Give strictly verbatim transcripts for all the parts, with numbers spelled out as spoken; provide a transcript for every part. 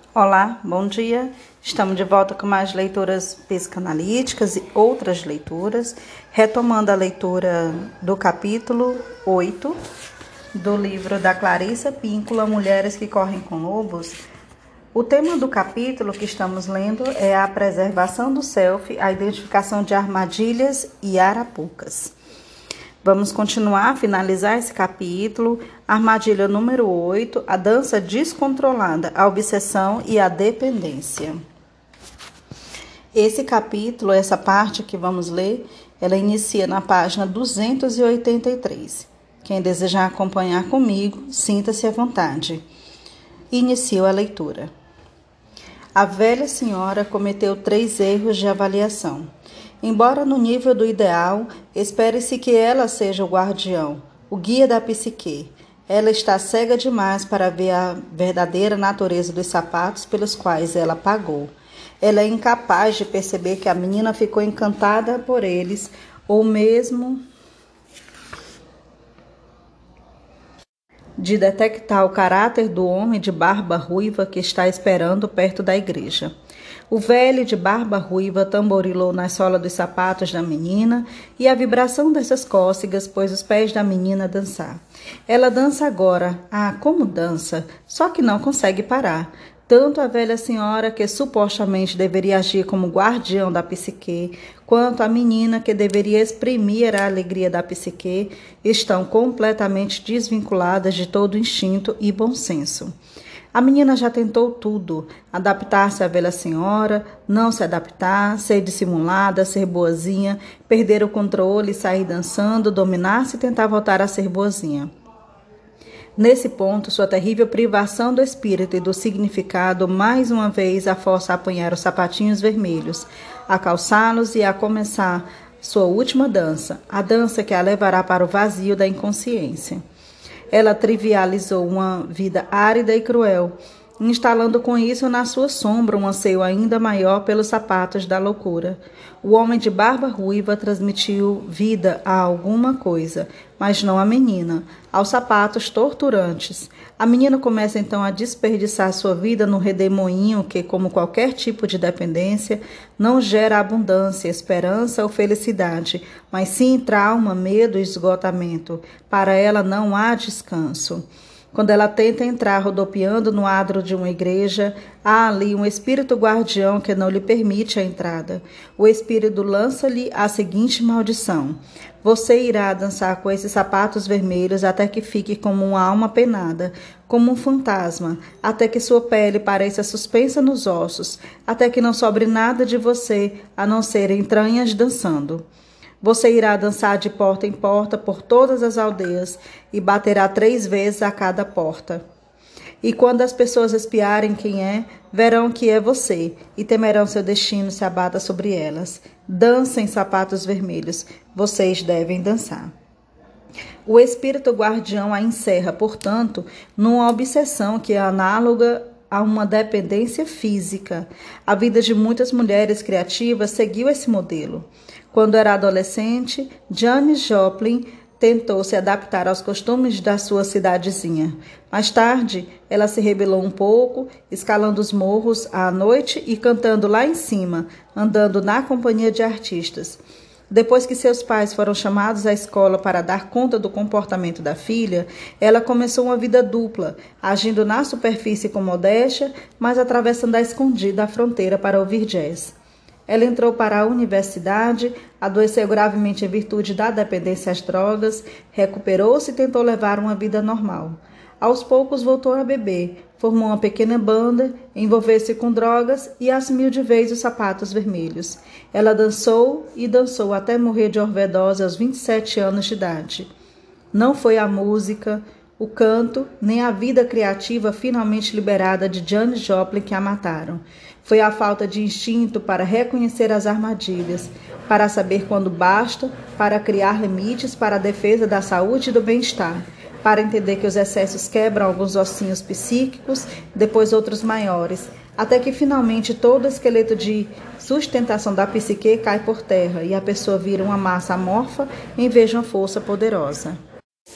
Olá, bom dia. Estamos de volta com mais leituras psicanalíticas e outras leituras, retomando a leitura do capítulo oito do livro da Clarissa Píncola, Mulheres que Correm com Lobos. O tema do capítulo que estamos lendo é a preservação do self, a identificação de armadilhas e arapucas. Vamos continuar, finalizar esse capítulo. Armadilha número oito, a dança descontrolada, a obsessão e a dependência. Esse capítulo, essa parte que vamos ler, ela inicia na página duzentos e oitenta e três. Quem desejar acompanhar comigo, sinta-se à vontade. Inicio a leitura. A velha senhora cometeu três erros de avaliação. Embora no nível do ideal, espere-se que ela seja o guardião, o guia da psique. Ela está cega demais para ver a verdadeira natureza dos sapatos pelos quais ela pagou. Ela é incapaz de perceber que a menina ficou encantada por eles, ou mesmo de detectar o caráter do homem de barba ruiva que está esperando perto da igreja. O velho de barba ruiva tamborilou na sola dos sapatos da menina e a vibração dessas cócegas pôs os pés da menina a dançar. Ela dança agora. Ah, como dança! Só que não consegue parar. Tanto a velha senhora, que supostamente deveria agir como guardião da psique, quanto a menina, que deveria exprimir a alegria da psique, estão completamente desvinculadas de todo instinto e bom senso. A menina já tentou tudo, adaptar-se à velha senhora, não se adaptar, ser dissimulada, ser boazinha, perder o controle, sair dançando, dominar-se e tentar voltar a ser boazinha. Nesse ponto, sua terrível privação do espírito e do significado mais uma vez a força a apanhar os sapatinhos vermelhos, a calçá-los e a começar sua última dança, a dança que a levará para o vazio da inconsciência. Ela trivializou uma vida árida e cruel, instalando com isso na sua sombra um anseio ainda maior pelos sapatos da loucura. O homem de barba ruiva transmitiu vida a alguma coisa, mas não a menina, aos sapatos torturantes. A menina começa então a desperdiçar sua vida no redemoinho que, como qualquer tipo de dependência, não gera abundância, esperança ou felicidade, mas sim trauma, medo e esgotamento. Para ela não há descanso. Quando ela tenta entrar rodopiando no adro de uma igreja, há ali um espírito guardião que não lhe permite a entrada. O espírito lança-lhe a seguinte maldição: você irá dançar com esses sapatos vermelhos até que fique como uma alma penada, como um fantasma, até que sua pele pareça suspensa nos ossos, até que não sobre nada de você, a não ser entranhas dançando. Você irá dançar de porta em porta por todas as aldeias e baterá três vezes a cada porta. E quando as pessoas espiarem quem é, verão que é você e temerão seu destino se abata sobre elas. Dancem, sapatos vermelhos, vocês devem dançar. O espírito guardião a encerra, portanto, numa obsessão que é análoga a uma dependência física. A vida de muitas mulheres criativas seguiu esse modelo. Quando era adolescente, Janis Joplin tentou se adaptar aos costumes da sua cidadezinha. Mais tarde, ela se rebelou um pouco, escalando os morros à noite e cantando lá em cima, andando na companhia de artistas. Depois que seus pais foram chamados à escola para dar conta do comportamento da filha, ela começou uma vida dupla, agindo na superfície com modéstia, mas atravessando à escondida a fronteira para ouvir jazz. Ela entrou para a universidade, adoeceu gravemente em virtude da dependência às drogas, recuperou-se e tentou levar uma vida normal. Aos poucos voltou a beber, formou uma pequena banda, envolveu-se com drogas e assumiu de vez os sapatos vermelhos. Ela dançou e dançou até morrer de overdose aos vinte e sete anos de idade. Não foi a música, o canto, nem a vida criativa finalmente liberada de Janis Joplin que a mataram. Foi a falta de instinto para reconhecer as armadilhas, para saber quando basta, para criar limites para a defesa da saúde e do bem-estar, para entender que os excessos quebram alguns ossinhos psíquicos, depois outros maiores, até que finalmente todo o esqueleto de sustentação da psique cai por terra e a pessoa vira uma massa amorfa em vez de uma força poderosa.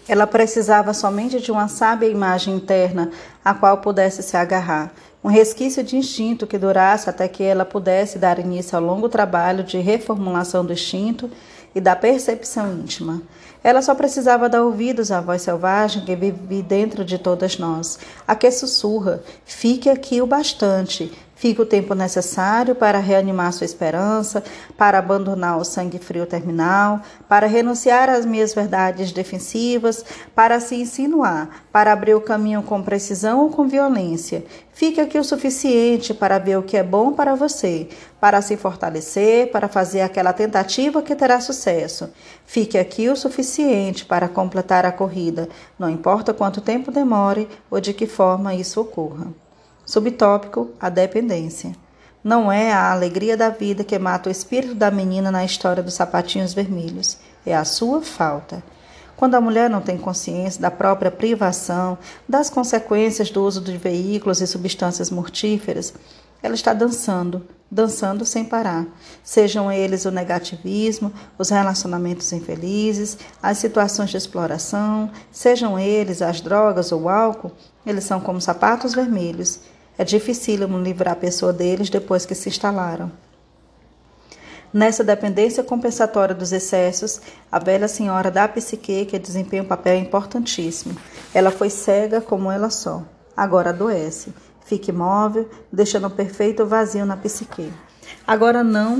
Ela precisava somente de uma sábia imagem interna a qual pudesse se agarrar, um resquício de instinto que durasse até que ela pudesse dar início ao longo trabalho de reformulação do instinto e da percepção íntima. Ela só precisava dar ouvidos à voz selvagem que vive dentro de todas nós, a que sussurra: fique aqui o bastante, fique o tempo necessário para reanimar sua esperança, para abandonar o sangue frio terminal, para renunciar às minhas verdades defensivas, para se insinuar, para abrir o caminho com precisão ou com violência. Fique aqui o suficiente para ver o que é bom para você, para se fortalecer, para fazer aquela tentativa que terá sucesso. Fique aqui o suficiente para completar a corrida, não importa quanto tempo demore ou de que forma isso ocorra. Subtópico: a dependência. Não é a alegria da vida que mata o espírito da menina na história dos sapatinhos vermelhos. É a sua falta. Quando a mulher não tem consciência da própria privação, das consequências do uso de veículos e substâncias mortíferas, ela está dançando, dançando sem parar. Sejam eles o negativismo, os relacionamentos infelizes, as situações de exploração, sejam eles as drogas ou o álcool, eles são como sapatos vermelhos. É dificílimo livrar a pessoa deles depois que se instalaram. Nessa dependência compensatória dos excessos, a velha senhora da psique que desempenha um papel importantíssimo. Ela foi cega como ela só. Agora adoece. Fica imóvel, deixando um perfeito vazio na psique. Agora não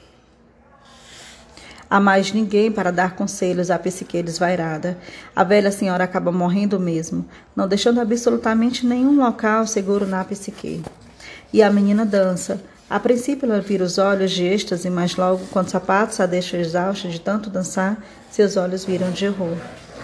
há mais ninguém para dar conselhos à psique desvairada. A velha senhora acaba morrendo mesmo, não deixando absolutamente nenhum local seguro na psique. E a menina dança. A princípio ela vira os olhos de êxtase, mas logo, quando os sapatos a deixam exausta de tanto dançar, seus olhos viram de horror.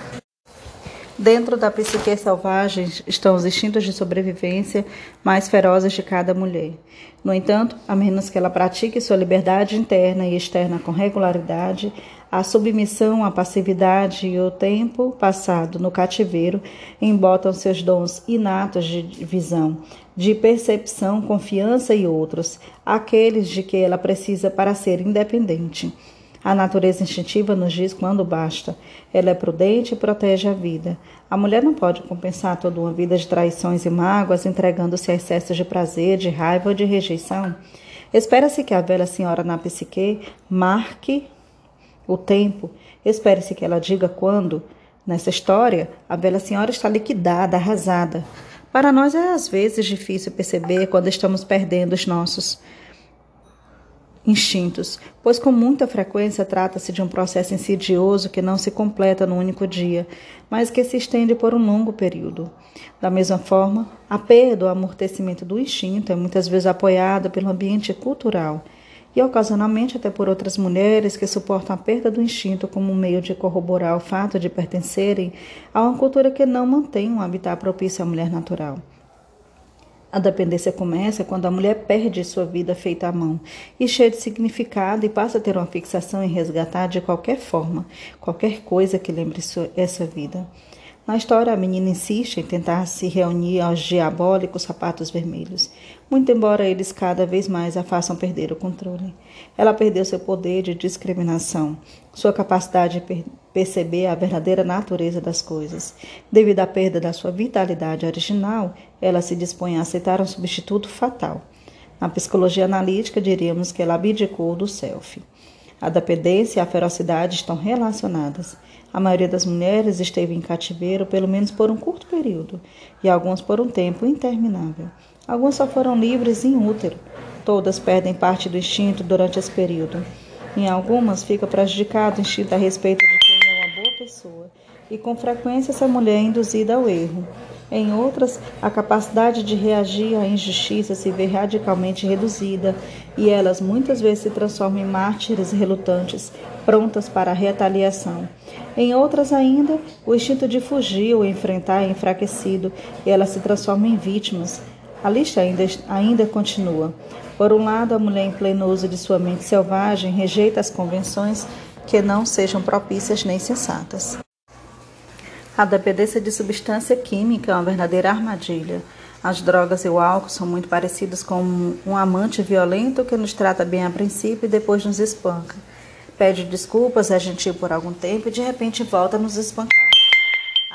Dentro da psique selvagem estão os instintos de sobrevivência mais ferozes de cada mulher. No entanto, a menos que ela pratique sua liberdade interna e externa com regularidade, a submissão, a passividade e o tempo passado no cativeiro embotam seus dons inatos de visão, de percepção, confiança e outros, aqueles de que ela precisa para ser independente. A natureza instintiva nos diz quando basta. Ela é prudente e protege a vida. A mulher não pode compensar toda uma vida de traições e mágoas, entregando-se a excessos de prazer, de raiva ou de rejeição. Espera-se que a velha senhora na psique marque o tempo. Espere-se que ela diga quando. Nessa história, a velha senhora está liquidada, arrasada. Para nós é às vezes difícil perceber quando estamos perdendo os nossos instintos, pois com muita frequência trata-se de um processo insidioso que não se completa num único dia, mas que se estende por um longo período. Da mesma forma, a perda ou amortecimento do instinto é muitas vezes apoiada pelo ambiente cultural e ocasionalmente até por outras mulheres que suportam a perda do instinto como um meio de corroborar o fato de pertencerem a uma cultura que não mantém um habitat propício à mulher natural. A dependência começa quando a mulher perde sua vida feita à mão e cheia de significado e passa a ter uma fixação em resgatar de qualquer forma, qualquer coisa que lembre sua, essa vida. Na história, a menina insiste em tentar se reunir aos diabólicos sapatos vermelhos, muito embora eles cada vez mais a façam perder o controle. Ela perdeu seu poder de discriminação, sua capacidade de per- perceber a verdadeira natureza das coisas. Devido à perda da sua vitalidade original, ela se dispõe a aceitar um substituto fatal. Na psicologia analítica, diríamos que ela abdicou do self. A dependência e a ferocidade estão relacionadas. A maioria das mulheres esteve em cativeiro pelo menos por um curto período, e algumas por um tempo interminável. Algumas só foram livres em útero. Todas perdem parte do instinto durante esse período. Em algumas fica prejudicado o instinto a respeito de quem é uma boa pessoa, e com frequência essa mulher é induzida ao erro. Em outras, a capacidade de reagir à injustiça se vê radicalmente reduzida e elas muitas vezes se transformam em mártires relutantes, prontas para a retaliação. Em outras ainda, o instinto de fugir ou enfrentar é enfraquecido e elas se transformam em vítimas. A lista ainda, ainda continua. Por um lado, a mulher em pleno uso de sua mente selvagem rejeita as convenções que não sejam propícias nem sensatas. A dependência de substância química é uma verdadeira armadilha. As drogas e o álcool são muito parecidos com um amante violento que nos trata bem a princípio e depois nos espanca. Pede desculpas, é gentil por algum tempo e de repente volta a nos espancar.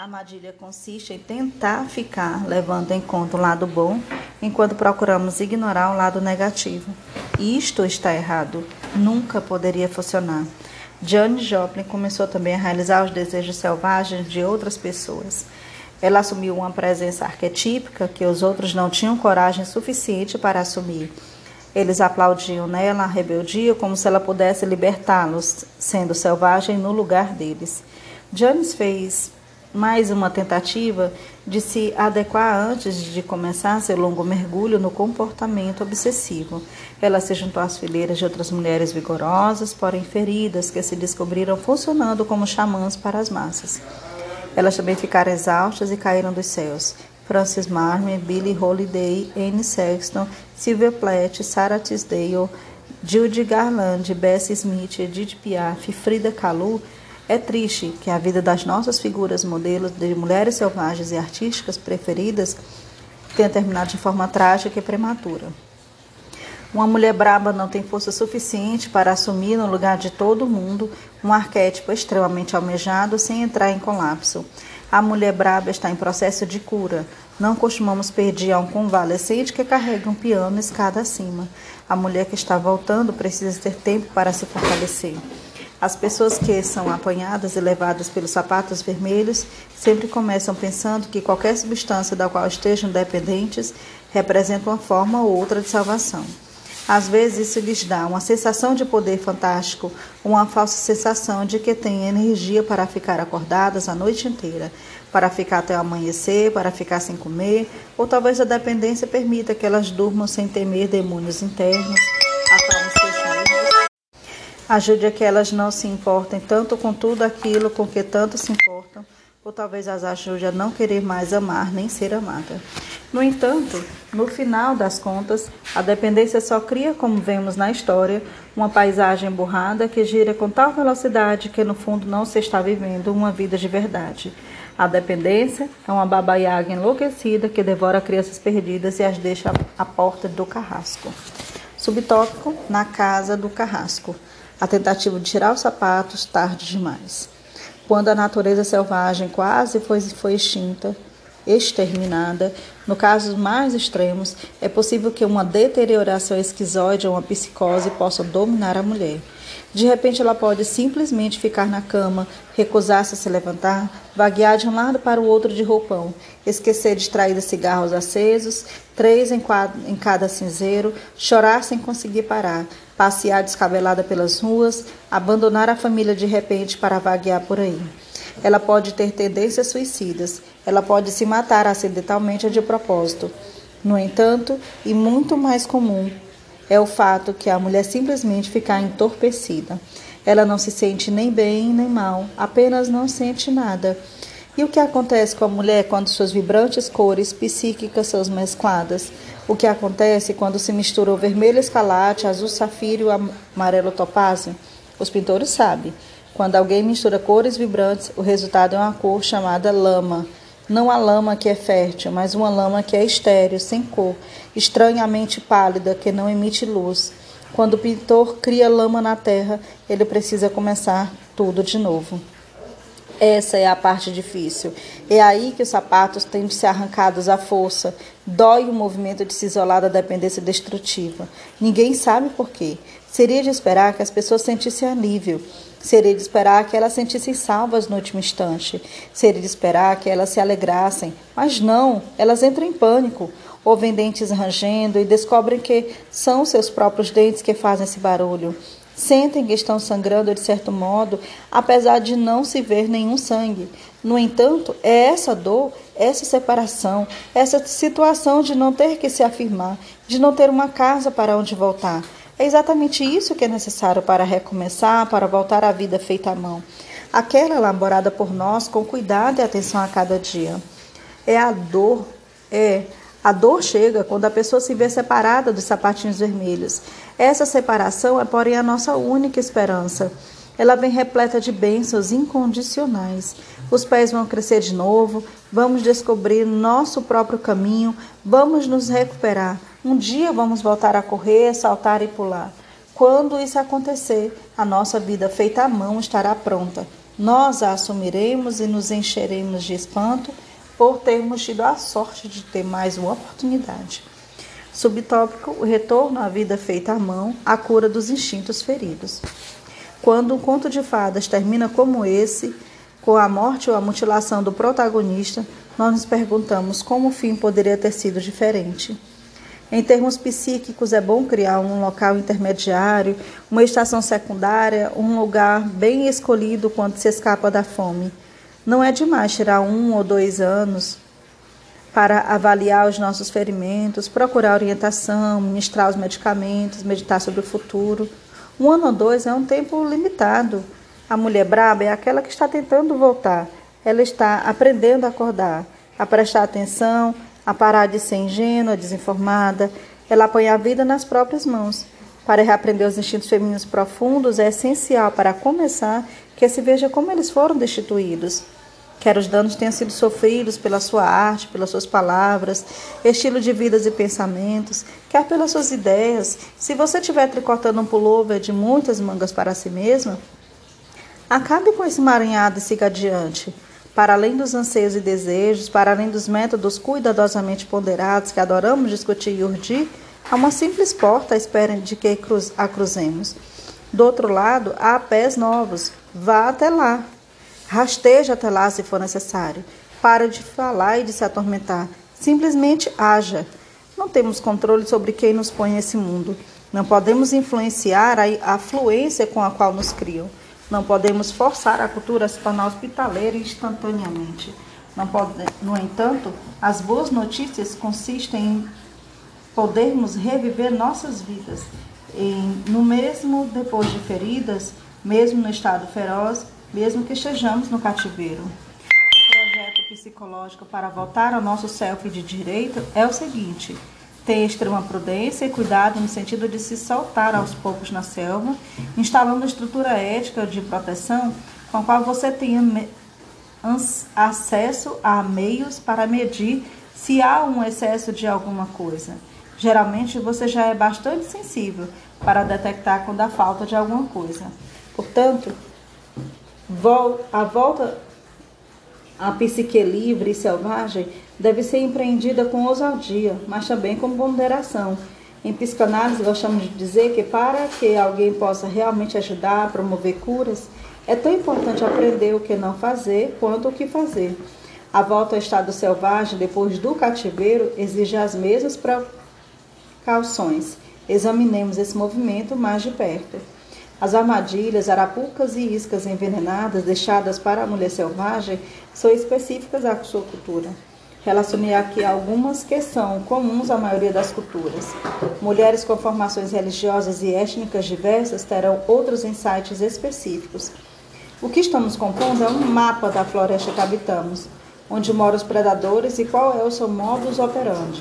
armadilha consiste em tentar ficar levando em conta o lado bom, enquanto procuramos ignorar o lado negativo. Isto está errado. Nunca poderia funcionar. Janis Joplin começou também a realizar os desejos selvagens de outras pessoas. Ela assumiu uma presença arquetípica que os outros não tinham coragem suficiente para assumir. Eles aplaudiam nela a rebeldia como se ela pudesse libertá-los, sendo selvagem no lugar deles. Janis fez mais uma tentativa de se adequar antes de começar seu longo mergulho no comportamento obsessivo. Ela se juntou às fileiras de outras mulheres vigorosas, porém feridas, que se descobriram funcionando como xamãs para as massas. Elas também ficaram exaustas e caíram dos céus. Frances Marmer, Billie Holiday, Anne Sexton, Sylvia Plath, Sarah Tisdale, Judy Garland, Bessie Smith, Edith Piaf, Frida Kahlo. É triste que a vida das nossas figuras modelos de mulheres selvagens e artísticas preferidas tenha terminado de forma trágica e prematura. Uma mulher braba não tem força suficiente para assumir no lugar de todo mundo um arquétipo extremamente almejado sem entrar em colapso. A mulher braba está em processo de cura. Não costumamos pedir a um convalescente que carrega um piano escada acima. A mulher que está voltando precisa ter tempo para se fortalecer. As pessoas que são apanhadas e levadas pelos sapatos vermelhos sempre começam pensando que qualquer substância da qual estejam dependentes representa uma forma ou outra de salvação. Às vezes isso lhes dá uma sensação de poder fantástico, uma falsa sensação de que têm energia para ficar acordadas a noite inteira, para ficar até o amanhecer, para ficar sem comer, ou talvez a dependência permita que elas durmam sem temer demônios internos, ajude a que elas não se importem tanto com tudo aquilo com que tanto se importam, ou talvez as ajude a não querer mais amar nem ser amada. No entanto, no final das contas, a dependência só cria, como vemos na história, uma paisagem borrada que gira com tal velocidade que no fundo não se está vivendo uma vida de verdade. A dependência é uma baba-yaga enlouquecida que devora crianças perdidas e as deixa à porta do carrasco. Subtópico: na casa do carrasco. A tentativa de tirar os sapatos tarde demais. Quando a natureza selvagem quase foi, foi extinta, exterminada, no casos mais extremos, é possível que uma deterioração esquizoide ou uma psicose possam dominar a mulher. De repente, ela pode simplesmente ficar na cama, recusar-se a se levantar, vaguear de um lado para o outro de roupão, esquecer de trair cigarros acesos, três em, quadro, em cada cinzeiro, chorar sem conseguir parar, passear descabelada pelas ruas, abandonar a família de repente para vaguear por aí. Ela pode ter tendências suicidas, ela pode se matar acidentalmente ou de propósito. No entanto, e muito mais comum, é o fato que a mulher simplesmente ficar entorpecida. Ela não se sente nem bem nem mal, apenas não sente nada. E o que acontece com a mulher quando suas vibrantes cores psíquicas são mescladas? O que acontece quando se mistura o vermelho escarlate, azul safiro e o amarelo topázio? Os pintores sabem. Quando alguém mistura cores vibrantes, o resultado é uma cor chamada lama. Não a lama que é fértil, mas uma lama que é estéril, sem cor, estranhamente pálida, que não emite luz. Quando o pintor cria lama na terra, ele precisa começar tudo de novo. Essa é a parte difícil. É aí que os sapatos têm de ser arrancados à força. Dói o movimento de se isolar da dependência destrutiva. Ninguém sabe por quê. Seria de esperar que as pessoas sentissem alívio. Seria de esperar que elas sentissem salvas no último instante. Seria de esperar que elas se alegrassem. Mas não, elas entram em pânico. Ouvem dentes rangendo e descobrem que são seus próprios dentes que fazem esse barulho. Sentem que estão sangrando de certo modo, apesar de não se ver nenhum sangue. No entanto, é essa dor, essa separação, essa situação de não ter que se afirmar, de não ter uma casa para onde voltar. É exatamente isso que é necessário para recomeçar, para voltar à vida feita à mão. Aquela elaborada por nós com cuidado e atenção a cada dia. É a dor, é... A dor chega quando a pessoa se vê separada dos sapatinhos vermelhos. Essa separação é, porém, a nossa única esperança. Ela vem repleta de bênçãos incondicionais. Os pés vão crescer de novo, vamos descobrir nosso próprio caminho, vamos nos recuperar. Um dia vamos voltar a correr, saltar e pular. Quando isso acontecer, a nossa vida feita à mão estará pronta. Nós a assumiremos e nos encheremos de espanto por termos tido a sorte de ter mais uma oportunidade. Subtópico: o retorno à vida feita à mão, a cura dos instintos feridos. Quando um conto de fadas termina como esse, com a morte ou a mutilação do protagonista, nós nos perguntamos como o fim poderia ter sido diferente. Em termos psíquicos, é bom criar um local intermediário, uma estação secundária, um lugar bem escolhido quando se escapa da fome. Não é demais tirar um ou dois anos para avaliar os nossos ferimentos, procurar orientação, ministrar os medicamentos, meditar sobre o futuro. Um ano ou dois é um tempo limitado. A mulher braba é aquela que está tentando voltar. Ela está aprendendo a acordar, a prestar atenção, a parar de ser ingênua, desinformada. Ela apanha a vida nas próprias mãos. Para reaprender os instintos femininos profundos, é essencial, para começar, que se veja como eles foram destituídos. Quer os danos tenham sido sofridos pela sua arte, pelas suas palavras, estilo de vidas e pensamentos, quer pelas suas ideias. Se você estiver tricotando um pullover de muitas mangas para si mesma, acabe com esse emaranhado e siga adiante. Para além dos anseios e desejos, para além dos métodos cuidadosamente ponderados que adoramos discutir e urdir, há uma simples porta à espera de que a cruzemos. Do outro lado, há pés novos. Vá até lá. Rasteja até lá se for necessário. Para de falar e de se atormentar. Simplesmente haja. Não temos controle sobre quem nos põe nesse mundo. Não podemos influenciar a afluência com a qual nos criam. Não podemos forçar a cultura a se tornar hospitaleira instantaneamente. Não pode, no entanto, as boas notícias consistem em podermos reviver nossas vidas, em, no mesmo depois de feridas, mesmo no estado feroz, mesmo que estejamos no cativeiro. O projeto psicológico para voltar ao nosso self de direito é o seguinte: ter extrema prudência e cuidado no sentido de se soltar aos poucos na selva, instalando estrutura ética de proteção com a qual você tenha acesso a meios para medir se há um excesso de alguma coisa. Geralmente você já é bastante sensível para detectar quando há falta de alguma coisa. Portanto, a volta à psique livre e selvagem deve ser empreendida com ousadia, mas também com ponderação. Em psicanálise, gostamos de dizer que para que alguém possa realmente ajudar a promover curas, é tão importante aprender o que não fazer quanto o que fazer. A volta ao estado selvagem depois do cativeiro exige as mesmas precauções. Examinemos esse movimento mais de perto. As armadilhas, arapucas e iscas envenenadas deixadas para a mulher selvagem são específicas à sua cultura. Relacionei aqui algumas que são comuns à maioria das culturas. Mulheres com formações religiosas e étnicas diversas terão outros insights específicos. O que estamos compondo é um mapa da floresta que habitamos, onde moram os predadores e qual é o seu modus operandi.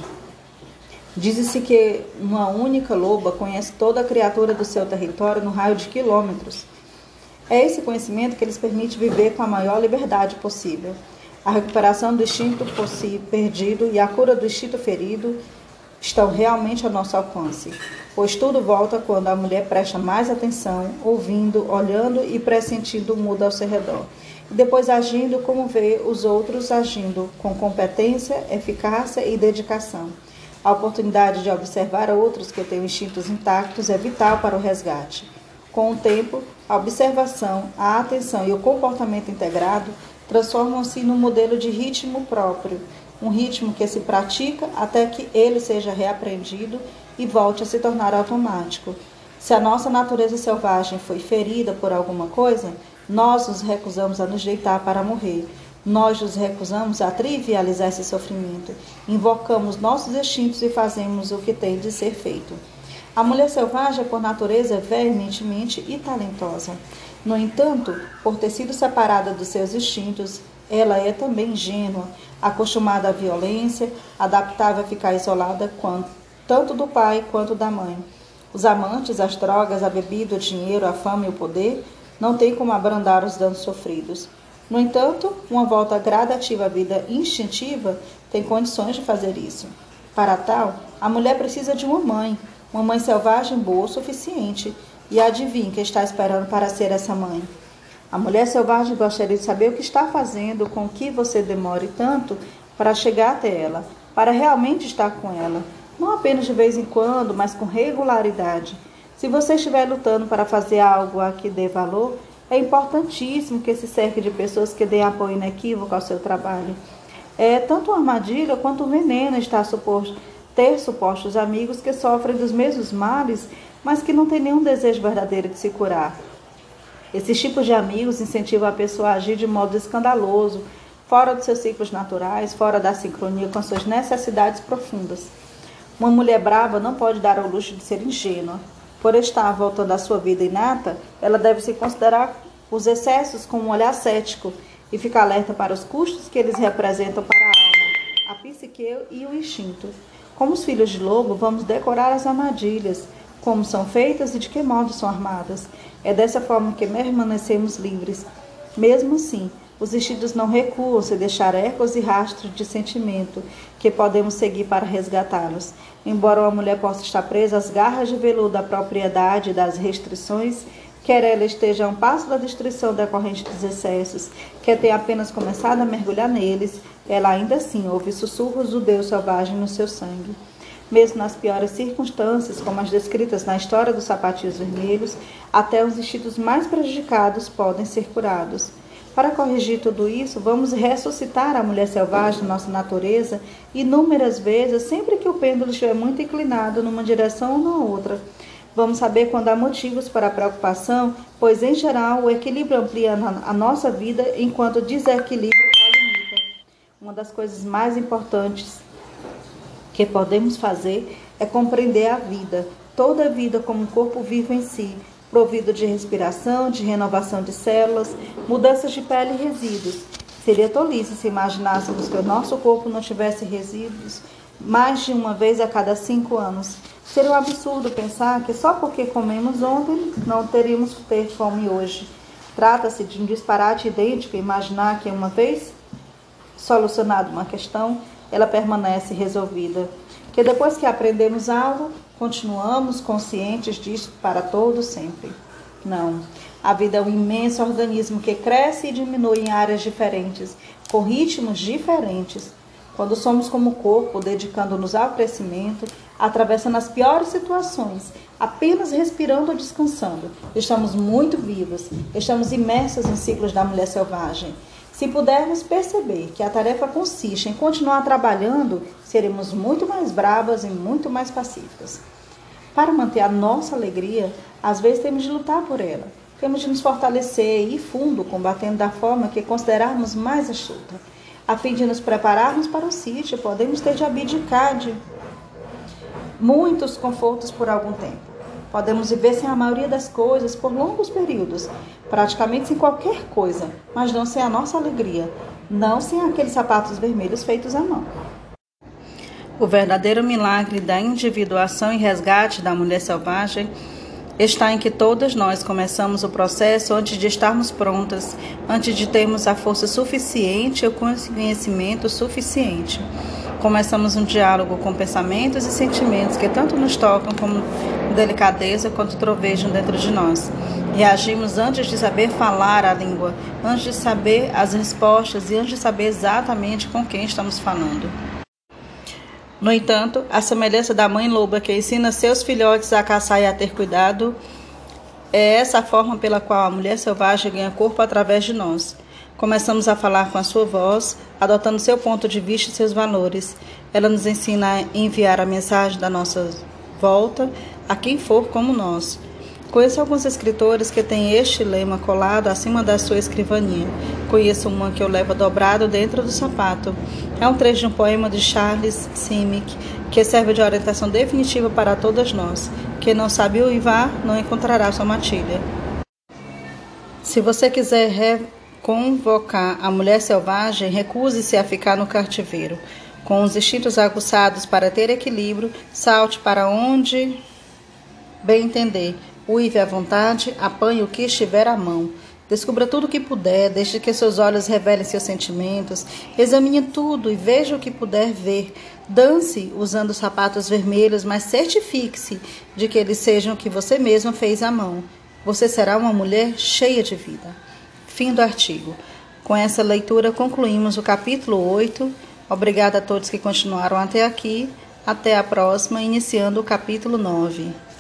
Diz-se que uma única loba conhece toda a criatura do seu território no raio de quilômetros. É esse conhecimento que lhes permite viver com a maior liberdade possível. A recuperação do instinto perdido e a cura do instinto ferido estão realmente ao nosso alcance, pois tudo volta quando a mulher presta mais atenção, ouvindo, olhando e pressentindo o mundo ao seu redor, e depois agindo como vê os outros agindo, com competência, eficácia e dedicação. A oportunidade de observar outros que têm instintos intactos é vital para o resgate. Com o tempo, a observação, a atenção e o comportamento integrado transformam-se num modelo de ritmo próprio, um ritmo que se pratica até que ele seja reaprendido e volte a se tornar automático. Se a nossa natureza selvagem foi ferida por alguma coisa, nós nos recusamos a nos deitar para morrer. Nós nos recusamos a trivializar esse sofrimento, invocamos nossos instintos e fazemos o que tem de ser feito. A mulher selvagem, por natureza, é veementemente e talentosa. No entanto, por ter sido separada dos seus instintos, ela é também ingênua, acostumada à violência, adaptável a ficar isolada quanto, tanto do pai quanto da mãe. Os amantes, as drogas, a bebida, o dinheiro, a fama e o poder não têm como abrandar os danos sofridos. No entanto, uma volta gradativa à vida instintiva tem condições de fazer isso. Para tal, a mulher precisa de uma mãe, uma mãe selvagem boa o suficiente. E adivinhe quem está esperando para ser essa mãe. A mulher selvagem gostaria de saber o que está fazendo com que você demore tanto para chegar até ela, para realmente estar com ela, não apenas de vez em quando, mas com regularidade. Se você estiver lutando para fazer algo a que dê valor, é importantíssimo que se cerque de pessoas que deem apoio inequívoco ao seu trabalho. É tanto uma armadilha quanto um veneno estar suposto, ter supostos amigos que sofrem dos mesmos males, mas que não têm nenhum desejo verdadeiro de se curar. Esses tipos de amigos incentivam a pessoa a agir de modo escandaloso, fora dos seus ciclos naturais, fora da sincronia com suas necessidades profundas. Uma mulher brava não pode dar ao luxo de ser ingênua. Por estar voltando à sua vida inata, ela deve se considerar os excessos com um olhar cético e ficar alerta para os custos que eles representam para a alma, a psique e o instinto. Como os filhos de lobo, vamos decorar as armadilhas, como são feitas e de que modo são armadas. É dessa forma que permanecemos livres. Mesmo assim, os instintos não recuam se deixar ecos e rastros de sentimento que podemos seguir para resgatá-los. Embora uma mulher possa estar presa às garras de veludo da propriedade e das restrições, quer ela esteja a um passo da destruição decorrente dos excessos, quer tenha apenas começado a mergulhar neles, ela ainda assim ouve sussurros do Deus selvagem no seu sangue. Mesmo nas piores circunstâncias, como as descritas na história dos sapatinhos vermelhos, até os instintos mais prejudicados podem ser curados. Para corrigir tudo isso, vamos ressuscitar a mulher selvagem da nossa natureza inúmeras vezes, sempre que o pêndulo estiver muito inclinado numa direção ou na outra. Vamos saber quando há motivos para a preocupação, pois, em geral, o equilíbrio amplia a nossa vida, enquanto o desequilíbrio a limita. Uma das coisas mais importantes que podemos fazer é compreender a vida, toda a vida como um corpo vivo em si, provido de respiração, de renovação de células, mudanças de pele e resíduos. Seria tolice se imaginássemos que o nosso corpo não tivesse resíduos mais de uma vez a cada cinco anos. Seria um absurdo pensar que só porque comemos ontem não teríamos que ter fome hoje. Trata-se de um disparate idêntico imaginar que uma vez solucionada uma questão, ela permanece resolvida. Que depois que aprendemos algo, continuamos conscientes disso para todo sempre. Não. A vida é um imenso organismo que cresce e diminui em áreas diferentes, com ritmos diferentes. Quando somos como o corpo, dedicando-nos ao crescimento, atravessando as piores situações, apenas respirando ou descansando, estamos muito vivos, estamos imersos em ciclos da mulher selvagem. Se pudermos perceber que a tarefa consiste em continuar trabalhando, seremos muito mais bravas e muito mais pacíficas. Para manter a nossa alegria, às vezes temos de lutar por ela. Temos de nos fortalecer e ir fundo, combatendo da forma que considerarmos mais astuta. A fim de nos prepararmos para o sítio, podemos ter de abdicar de muitos confortos por algum tempo. Podemos viver sem a maioria das coisas por longos períodos, praticamente sem qualquer coisa, mas não sem a nossa alegria, não sem aqueles sapatos vermelhos feitos à mão. O verdadeiro milagre da individuação e resgate da mulher selvagem está em que todas nós começamos o processo antes de estarmos prontas, antes de termos a força suficiente e o conhecimento suficiente. Começamos um diálogo com pensamentos e sentimentos que tanto nos tocam como delicadeza quanto trovejam dentro de nós. Reagimos antes de saber falar a língua, antes de saber as respostas e antes de saber exatamente com quem estamos falando. No entanto, a semelhança da mãe loba que ensina seus filhotes a caçar e a ter cuidado, é essa a forma pela qual a mulher selvagem ganha corpo através de nós. Começamos a falar com a sua voz, adotando seu ponto de vista e seus valores. Ela nos ensina a enviar a mensagem da nossa volta a quem for como nós. Conheço alguns escritores que têm este lema colado acima da sua escrivaninha. Conheço uma que eu levo dobrado dentro do sapato. É um trecho de um poema de Charles Simic, que serve de orientação definitiva para todas nós. Quem não sabe uivar, não encontrará sua matilha. Se você quiser reconvocar a mulher selvagem, recuse-se a ficar no cativeiro. Com os instintos aguçados para ter equilíbrio, salte para onde bem entender. Uive à vontade, apanhe o que estiver à mão. Descubra tudo o que puder, deixe que seus olhos revelem seus sentimentos. Examine tudo e veja o que puder ver. Dance usando sapatos vermelhos, mas certifique-se de que eles sejam o que você mesma fez à mão. Você será uma mulher cheia de vida. Fim do artigo. Com essa leitura, concluímos o capítulo oito. Obrigada a todos que continuaram até aqui. Até a próxima, iniciando o capítulo nove.